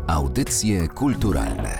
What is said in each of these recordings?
Audycje kulturalne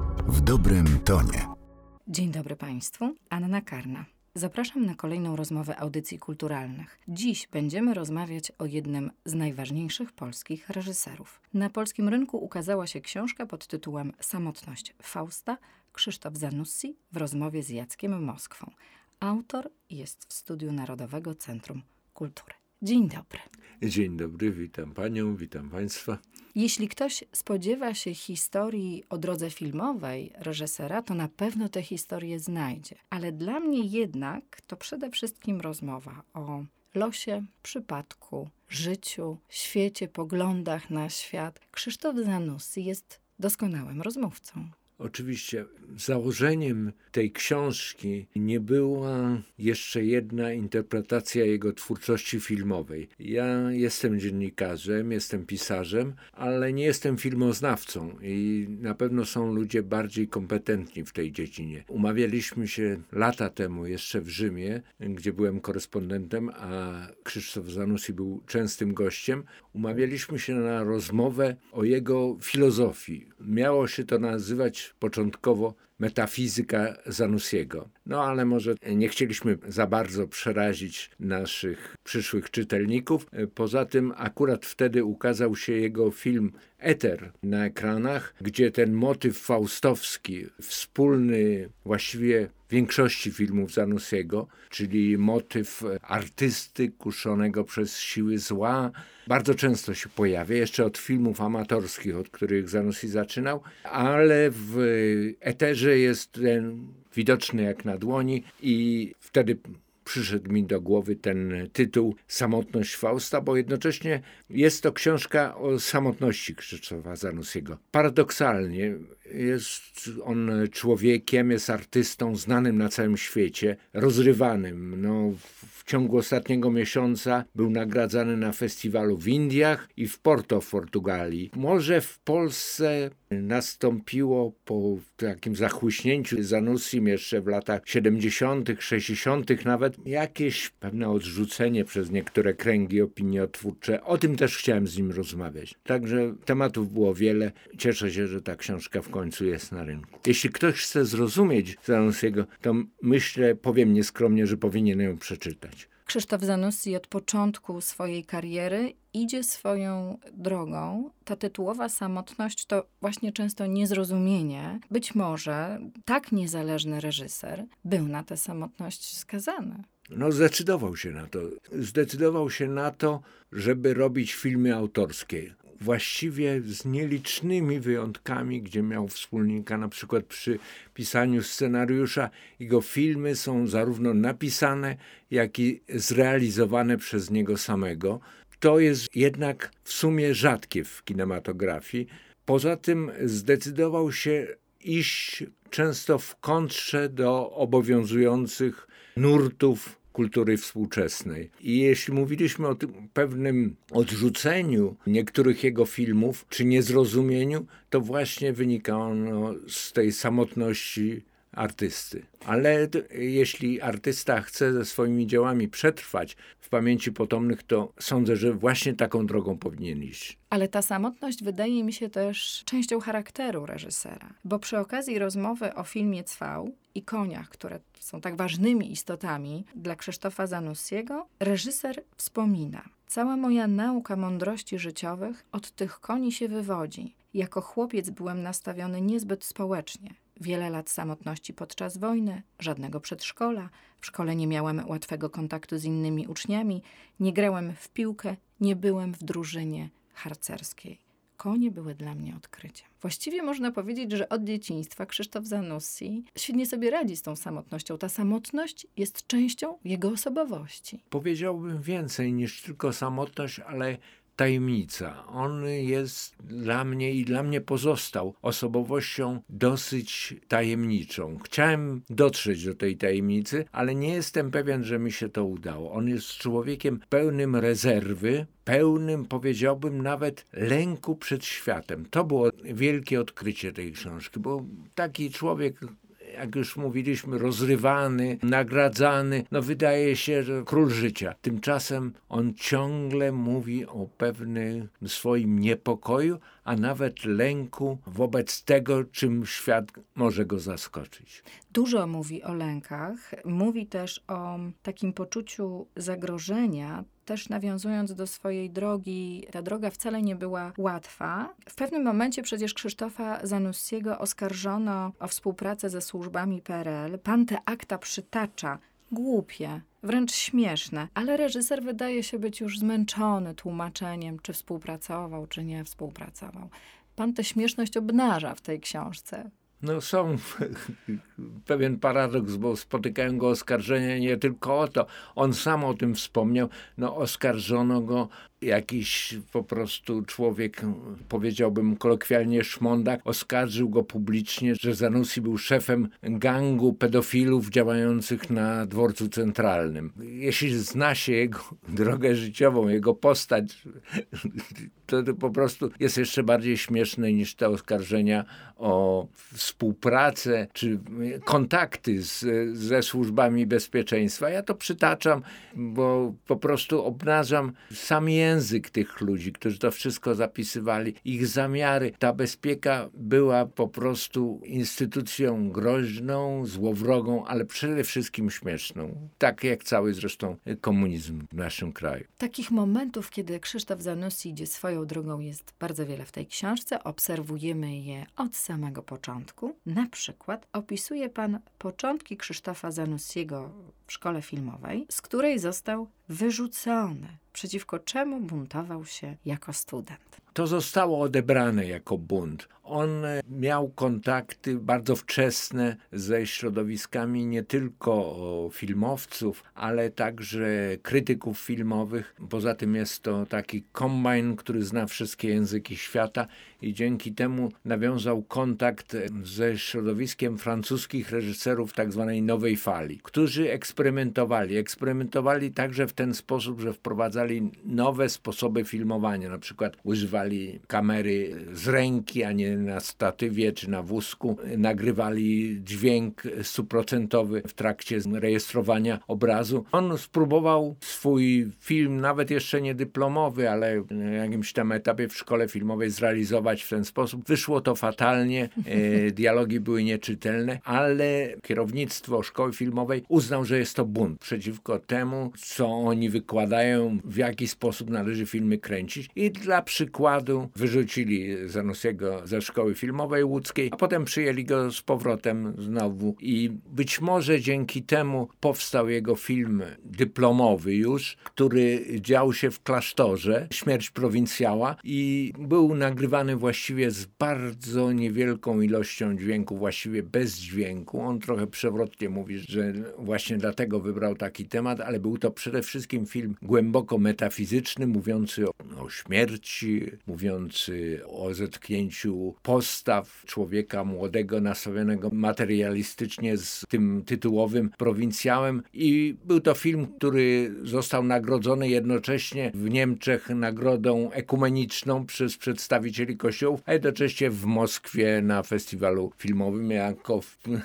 w dobrym tonie. Dzień dobry Państwu, Anna Karna. Zapraszam na kolejną rozmowę audycji kulturalnych. Dziś będziemy rozmawiać o jednym z najważniejszych polskich reżyserów. Na polskim rynku ukazała się książka pod tytułem Samotność Fausta, Krzysztof Zanussi w rozmowie z Jackiem Moskwą. Autor jest w Studiu Narodowego Centrum Kultury. Dzień dobry. Dzień dobry, witam Panią, witam Państwa. Jeśli ktoś spodziewa się historii o drodze filmowej reżysera, to na pewno tę historię znajdzie. Ale dla mnie jednak to przede wszystkim rozmowa o losie, przypadku, życiu, świecie, poglądach na świat. Krzysztof Zanussi jest doskonałym rozmówcą. Oczywiście założeniem tej książki nie była jeszcze jedna interpretacja jego twórczości filmowej. Ja jestem dziennikarzem, jestem pisarzem, ale nie jestem filmoznawcą i na pewno są ludzie bardziej kompetentni w tej dziedzinie. Umawialiśmy się lata temu jeszcze w Rzymie, gdzie byłem korespondentem, a Krzysztof Zanussi był częstym gościem. Umawialiśmy się na rozmowę o jego filozofii. Miało się to nazywać początkowo metafizyka Zanussiego. No ale może nie chcieliśmy za bardzo przerazić naszych przyszłych czytelników. Poza tym akurat wtedy ukazał się jego film Eter na ekranach, gdzie ten motyw faustowski, wspólny właściwie większości filmów Zanussiego, czyli motyw artysty kuszonego przez siły zła, bardzo często się pojawia, jeszcze od filmów amatorskich, od których Zanussi zaczynał, ale w Eterze jest ten widoczny jak na dłoni i wtedy przyszedł mi do głowy ten tytuł Samotność Fausta, bo jednocześnie jest to książka o samotności Krzysztofa Zanussiego. Paradoksalnie jest on człowiekiem, jest artystą znanym na całym świecie, rozrywanym. W ciągu ostatniego miesiąca był nagradzany na festiwalu w Indiach i w Porto w Portugalii. Może w Polsce nastąpiło po takim zachłyśnięciu Zanussim jeszcze w latach 70., 60. nawet jakieś pewne odrzucenie przez niektóre kręgi opiniotwórcze. O tym też chciałem z nim rozmawiać. Także tematów było wiele. Cieszę się, że ta książka w końcu jest na rynku. Jeśli ktoś chce zrozumieć Zanussiego, to myślę, powiem nieskromnie, że powinien ją przeczytać. Krzysztof Zanussi od początku swojej kariery idzie swoją drogą. Ta tytułowa samotność to właśnie często niezrozumienie. Być może tak niezależny reżyser był na tę samotność skazany. Zdecydował się na to, żeby robić filmy autorskie. Właściwie z nielicznymi wyjątkami, gdzie miał wspólnika, na przykład przy pisaniu scenariusza. Jego filmy są zarówno napisane, jak i zrealizowane przez niego samego. To jest jednak w sumie rzadkie w kinematografii. Poza tym zdecydował się iść często w kontrze do obowiązujących nurtów kultury współczesnej. I jeśli mówiliśmy o tym pewnym odrzuceniu niektórych jego filmów, czy niezrozumieniu, to właśnie wynika ono z tej samotności artysty. Ale jeśli artysta chce ze swoimi dziełami przetrwać w pamięci potomnych, to sądzę, że właśnie taką drogą powinien iść. Ale ta samotność wydaje mi się też częścią charakteru reżysera, bo przy okazji rozmowy o filmie Cwał i koniach, które są tak ważnymi istotami dla Krzysztofa Zanussiego, reżyser wspomina: cała moja nauka mądrości życiowych od tych koni się wywodzi. Jako chłopiec byłem nastawiony niezbyt społecznie. Wiele lat samotności podczas wojny, żadnego przedszkola, w szkole nie miałem łatwego kontaktu z innymi uczniami, nie grałem w piłkę, nie byłem w drużynie harcerskiej. Konie były dla mnie odkryciem. Właściwie można powiedzieć, że od dzieciństwa Krzysztof Zanussi świetnie sobie radzi z tą samotnością. Ta samotność jest częścią jego osobowości. Powiedziałbym więcej niż tylko samotność, ale tajemnica. On jest dla mnie i dla mnie pozostał osobowością dosyć tajemniczą. Chciałem dotrzeć do tej tajemnicy, ale nie jestem pewien, że mi się to udało. On jest człowiekiem pełnym rezerwy, pełnym, powiedziałbym, nawet lęku przed światem. To było wielkie odkrycie tej książki, bo taki człowiek, jak już mówiliśmy, rozrywany, nagradzany, wydaje się, że król życia. Tymczasem on ciągle mówi o pewnym swoim niepokoju, a nawet lęku wobec tego, czym świat może go zaskoczyć. Dużo mówi o lękach, mówi też o takim poczuciu zagrożenia, też nawiązując do swojej drogi. Ta droga wcale nie była łatwa. W pewnym momencie przecież Krzysztofa Zanussiego oskarżono o współpracę ze służbami PRL. Pan te akta przytacza. Głupie, wręcz śmieszne, ale reżyser wydaje się być już zmęczony tłumaczeniem, czy współpracował, czy nie współpracował. Pan tę śmieszność obnaża w tej książce. No są pewien paradoks, bo spotykają go oskarżenia nie tylko o to. On sam o tym wspomniał. No oskarżono go jakiś po prostu człowiek, powiedziałbym kolokwialnie szmondak, oskarżył go publicznie, że Zanussi był szefem gangu pedofilów działających na dworcu centralnym. Jeśli zna się jego drogę życiową, jego postać, to po prostu jest jeszcze bardziej śmieszne niż te oskarżenia o współpracę czy kontakty ze służbami bezpieczeństwa. Ja to przytaczam, bo po prostu obnażam sam język tych ludzi, którzy to wszystko zapisywali, ich zamiary. Ta bezpieka była po prostu instytucją groźną, złowrogą, ale przede wszystkim śmieszną. Tak jak cały zresztą komunizm w naszym kraju. Takich momentów, kiedy Krzysztof Zanussi idzie swoją drogą, jest bardzo wiele w tej książce. Obserwujemy je od samego początku. Na przykład opisuje pan początki Krzysztofa Zanussiego w szkole filmowej, z której został wyrzucony, przeciwko czemu buntował się jako student. To zostało odebrane jako bunt. On miał kontakty bardzo wczesne ze środowiskami nie tylko filmowców, ale także krytyków filmowych. Poza tym jest to taki kombajn, który zna wszystkie języki świata i dzięki temu nawiązał kontakt ze środowiskiem francuskich reżyserów tak zwanej nowej fali, którzy eksperymentowali także w ten sposób, że wprowadzali nowe sposoby filmowania. Na przykład używali kamery z ręki, a nie na statywie czy na wózku. Nagrywali dźwięk 100% w trakcie rejestrowania obrazu. On spróbował swój film, nawet jeszcze nie dyplomowy, ale na jakimś tam etapie w szkole filmowej zrealizować w ten sposób. Wyszło to fatalnie, dialogi były nieczytelne, ale kierownictwo szkoły filmowej uznał, że jest to bunt przeciwko temu, co oni wykładają, w jaki sposób należy filmy kręcić. I dla przykładu wyrzucili Zanussiego ze szkoły filmowej łódzkiej, a potem przyjęli go z powrotem znowu i być może dzięki temu powstał jego film dyplomowy już, który dział się w klasztorze, Śmierć prowincjała, i był nagrywany właściwie z bardzo niewielką ilością dźwięku, właściwie bez dźwięku. On trochę przewrotnie mówi, że właśnie dlatego wybrał taki temat, ale był to przede wszystkim film głęboko metafizyczny, mówiący o śmierci, mówiący o zetknięciu postaw człowieka młodego, nastawionego materialistycznie z tym tytułowym prowincjałem. I był to film, który został nagrodzony jednocześnie w Niemczech nagrodą ekumeniczną przez przedstawicieli kościołów, a jednocześnie w Moskwie na festiwalu filmowym jako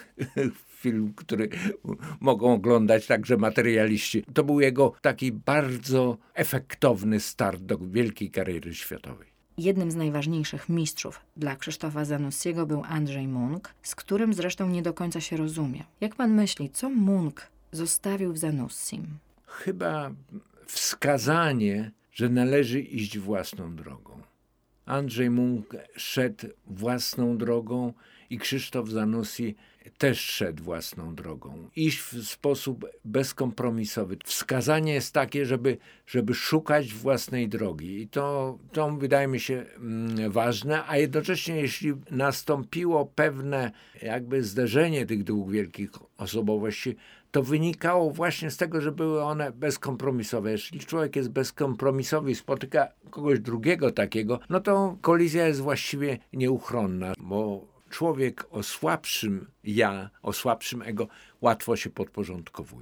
film, który mogą oglądać także materialiści. To był jego taki bardzo efektowny start do wielkiej kariery światowej. Jednym z najważniejszych mistrzów dla Krzysztofa Zanussiego był Andrzej Munk, z którym zresztą nie do końca się rozumiał. Jak pan myśli, co Munk zostawił w Zanussim? Chyba wskazanie, że należy iść własną drogą. Andrzej Munk szedł własną drogą i Krzysztof Zanussi też szedł własną drogą. Iść w sposób bezkompromisowy. Wskazanie jest takie, żeby szukać własnej drogi. I to wydaje mi się ważne, a jednocześnie jeśli nastąpiło pewne jakby zderzenie tych dwóch wielkich osobowości, to wynikało właśnie z tego, że były one bezkompromisowe. Jeśli człowiek jest bezkompromisowy i spotyka kogoś drugiego takiego, no to kolizja jest właściwie nieuchronna, bo człowiek o słabszym ja, o słabszym ego łatwo się podporządkowuje.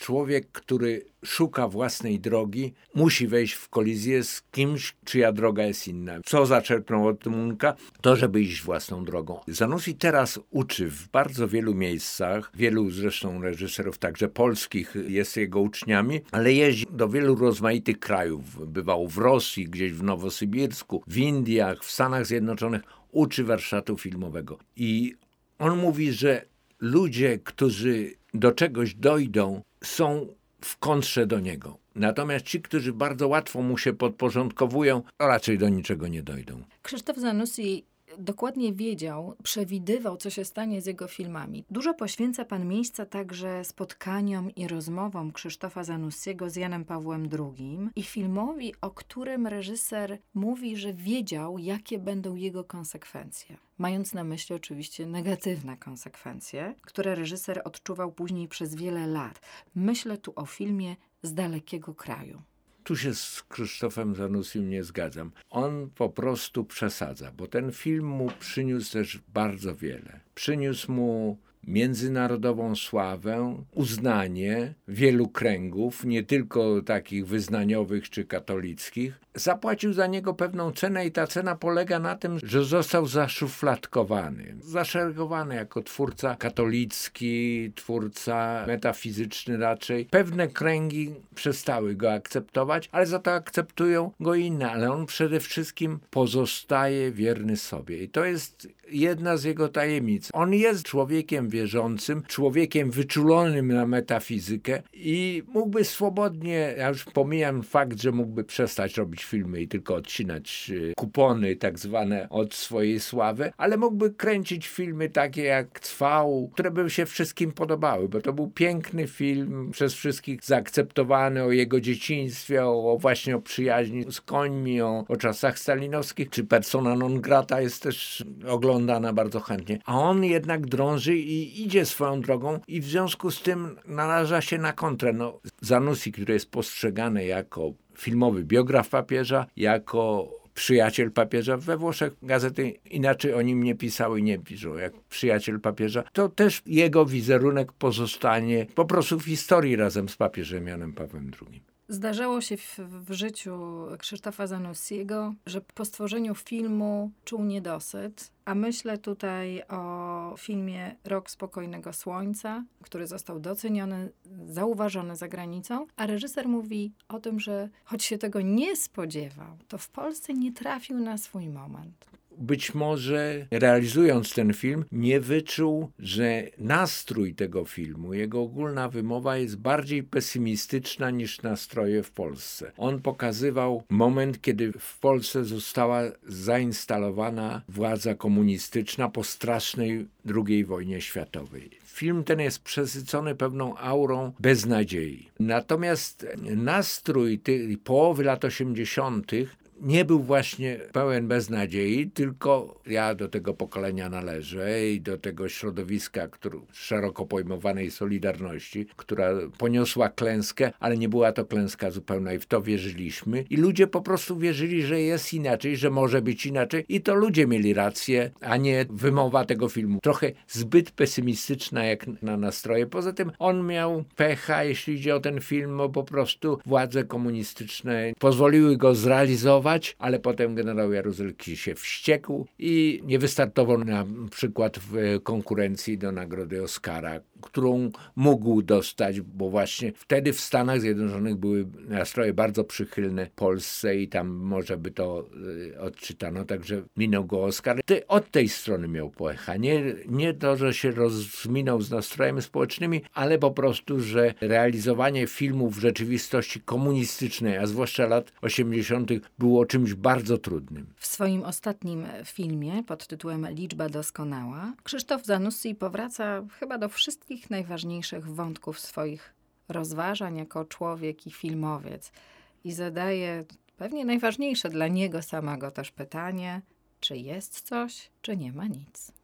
człowiek, który szuka własnej drogi, musi wejść w kolizję z kimś, czyja droga jest inna. Co zaczerpnął od Munka? To, żeby iść własną drogą. Zanussi teraz uczy w bardzo wielu miejscach, wielu zresztą reżyserów, także polskich, jest jego uczniami, ale jeździ do wielu rozmaitych krajów. Bywał w Rosji, gdzieś w Nowosybirsku, w Indiach, w Stanach Zjednoczonych. Uczy warsztatu filmowego. I on mówi, że ludzie, którzy do czegoś dojdą, są w kontrze do niego. Natomiast ci, którzy bardzo łatwo mu się podporządkowują, to raczej do niczego nie dojdą. Krzysztof Zanussi dokładnie wiedział, przewidywał, co się stanie z jego filmami. Dużo poświęca pan miejsca także spotkaniom i rozmowom Krzysztofa Zanussiego z Janem Pawłem II i filmowi, o którym reżyser mówi, że wiedział, jakie będą jego konsekwencje. Mając na myśli oczywiście negatywne konsekwencje, które reżyser odczuwał później przez wiele lat. Myślę tu o filmie Z dalekiego kraju. Tu się z Krzysztofem Zanussim nie zgadzam. On po prostu przesadza, bo ten film mu przyniósł też bardzo wiele. Przyniósł mu międzynarodową sławę, uznanie wielu kręgów, nie tylko takich wyznaniowych czy katolickich. Zapłacił za niego pewną cenę i ta cena polega na tym, że został zaszufladkowany. Zaszeregowany jako twórca katolicki, twórca metafizyczny raczej. Pewne kręgi przestały go akceptować, ale za to akceptują go inne, ale on przede wszystkim pozostaje wierny sobie. I to jest jedna z jego tajemnic. On jest człowiekiem wierzącym, człowiekiem wyczulonym na metafizykę i mógłby swobodnie, ja już pomijam fakt, że mógłby przestać robić filmy i tylko odcinać kupony tak zwane od swojej sławy, ale mógłby kręcić filmy takie jak Cwał, które by się wszystkim podobały, bo to był piękny film, przez wszystkich zaakceptowany, o jego dzieciństwie, właśnie o przyjaźni z końmi, o czasach stalinowskich, czy Persona non grata jest też oglądana bardzo chętnie. A on jednak drąży i idzie swoją drogą i w związku z tym naraża się na kontrę. Zanussi, który jest postrzegany jako filmowy biograf papieża, jako przyjaciel papieża. We Włoszech gazety inaczej o nim nie pisały i nie piszą, jak przyjaciel papieża. To też jego wizerunek pozostanie po prostu w historii razem z papieżem Janem Pawłem II. Zdarzało się w życiu Krzysztofa Zanussiego, że po stworzeniu filmu czuł niedosyt, a myślę tutaj o filmie Rok spokojnego słońca, który został doceniony, zauważony za granicą, a reżyser mówi o tym, że choć się tego nie spodziewał, to w Polsce nie trafił na swój moment. Być może realizując ten film nie wyczuł, że nastrój tego filmu, jego ogólna wymowa jest bardziej pesymistyczna niż nastroje w Polsce. On pokazywał moment, kiedy w Polsce została zainstalowana władza komunistyczna po strasznej II wojnie światowej. Film ten jest przesycony pewną aurą beznadziei. Natomiast nastrój tej połowy lat 80. nie był właśnie pełen beznadziei, tylko ja do tego pokolenia należę i do tego środowiska szeroko pojmowanej Solidarności, która poniosła klęskę, ale nie była to klęska zupełna i w to wierzyliśmy. I ludzie po prostu wierzyli, że jest inaczej, że może być inaczej i to ludzie mieli rację, a nie wymowa tego filmu. Trochę zbyt pesymistyczna jak na nastroje. Poza tym on miał pecha, jeśli idzie o ten film, bo po prostu władze komunistyczne pozwoliły go zrealizować, ale potem generał Jaruzelski się wściekł i nie wystartował na przykład w konkurencji do nagrody Oscara, którą mógł dostać, bo właśnie wtedy w Stanach Zjednoczonych były nastroje bardzo przychylne Polsce i tam może by to odczytano, także minął go Oscar. Od tej strony miał pecha. Nie to, że się rozminął z nastrojami społecznymi, ale po prostu, że realizowanie filmów w rzeczywistości komunistycznej, a zwłaszcza lat 80. było czymś bardzo trudnym. W swoim ostatnim filmie pod tytułem Liczba doskonała Krzysztof Zanussi powraca chyba do wszystkich najważniejszych wątków swoich rozważań jako człowiek i filmowiec i zadaje pewnie najważniejsze dla niego samego też pytanie, czy jest coś, czy nie ma nic.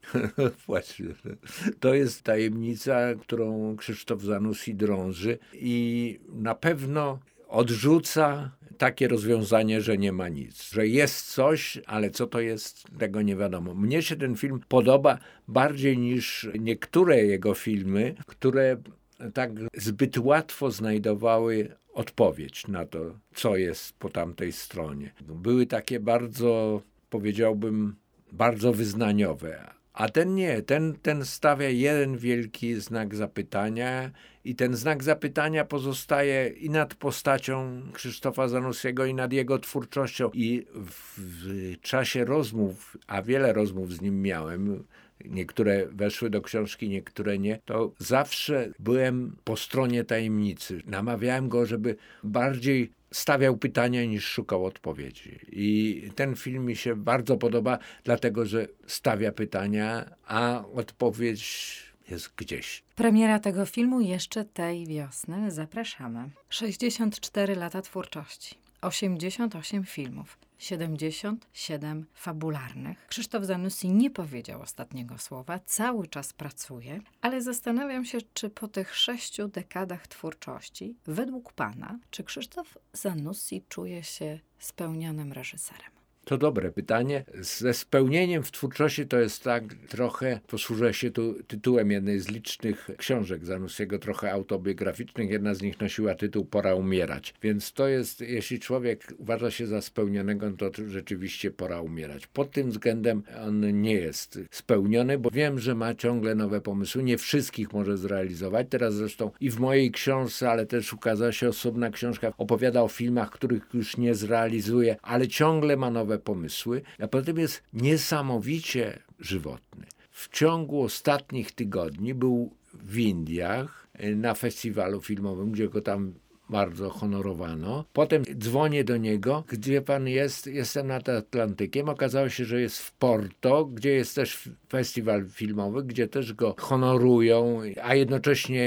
Właśnie. To jest tajemnica, którą Krzysztof Zanussi drąży i na pewno odrzuca takie rozwiązanie, że nie ma nic. Że jest coś, ale co to jest, tego nie wiadomo. Mnie się ten film podoba bardziej niż niektóre jego filmy, które tak zbyt łatwo znajdowały odpowiedź na to, co jest po tamtej stronie. Były takie bardzo, powiedziałbym, bardzo wyznaniowe. A ten nie, ten stawia jeden wielki znak zapytania i ten znak zapytania pozostaje i nad postacią Krzysztofa Zanussiego, i nad jego twórczością. I w czasie rozmów, a wiele rozmów z nim miałem, niektóre weszły do książki, niektóre nie, to zawsze byłem po stronie tajemnicy. Namawiałem go, żeby bardziej stawiał pytania niż szukał odpowiedzi. I ten film mi się bardzo podoba, dlatego że stawia pytania, a odpowiedź jest gdzieś. Premiera tego filmu jeszcze tej wiosny. Zapraszamy. 64 lata twórczości, 88 filmów, 77 fabularnych. Krzysztof Zanussi nie powiedział ostatniego słowa, cały czas pracuje, ale zastanawiam się, czy po tych 6 dekadach twórczości, według pana, czy Krzysztof Zanussi czuje się spełnionym reżyserem? To dobre pytanie. Ze spełnieniem w twórczości to jest tak trochę, posłużę się tu tytułem jednej z licznych książek Zanussiego, trochę autobiograficznych. Jedna z nich nosiła tytuł Pora umierać. Więc to jest, jeśli człowiek uważa się za spełnionego, to rzeczywiście pora umierać. Pod tym względem on nie jest spełniony, bo wiem, że ma ciągle nowe pomysły. Nie wszystkich może zrealizować. Teraz zresztą i w mojej książce, ale też ukazała się osobna książka, opowiada o filmach, których już nie zrealizuje, ale ciągle ma nowe pomysły, a potem jest niesamowicie żywotny. W ciągu ostatnich tygodni był w Indiach na festiwalu filmowym, gdzie go tam bardzo honorowano. Potem dzwonię do niego, gdzie pan jest? Jestem nad Atlantykiem. Okazało się, że jest w Porto, gdzie jest też festiwal filmowy, gdzie też go honorują, a jednocześnie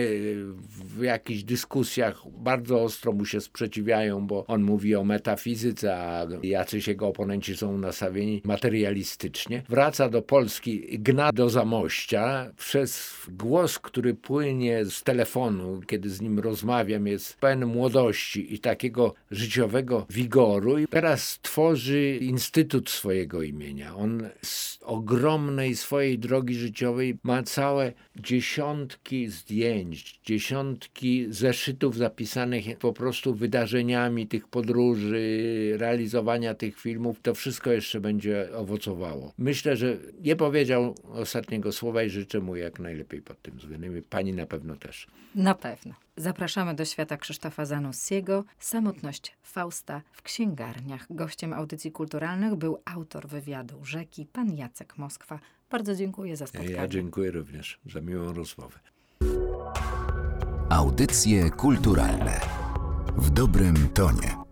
w jakichś dyskusjach bardzo ostro mu się sprzeciwiają, bo on mówi o metafizyce, a jacyś jego oponenci są nastawieni materialistycznie. Wraca do Polski, gna do Zamościa. Przez głos, który płynie z telefonu, kiedy z nim rozmawiam, jest pełen młodości i takiego życiowego wigoru. I teraz tworzy instytut swojego imienia. On z ogromnej swojej drogi życiowej ma całe dziesiątki zdjęć, dziesiątki zeszytów zapisanych po prostu wydarzeniami tych podróży, realizowania tych filmów. To wszystko jeszcze będzie owocowało. Myślę, że nie powiedział ostatniego słowa i życzę mu jak najlepiej pod tym względem. Pani na pewno też. Na pewno. Zapraszamy do świata Krzysztofa Zanussiego. Samotność Fausta w księgarniach. Gościem audycji kulturalnych był autor wywiadu Rzeki, pan Jacek Moskwa. Bardzo dziękuję za spotkanie. Ja dziękuję również za miłą rozmowę. Audycje kulturalne w dobrym tonie.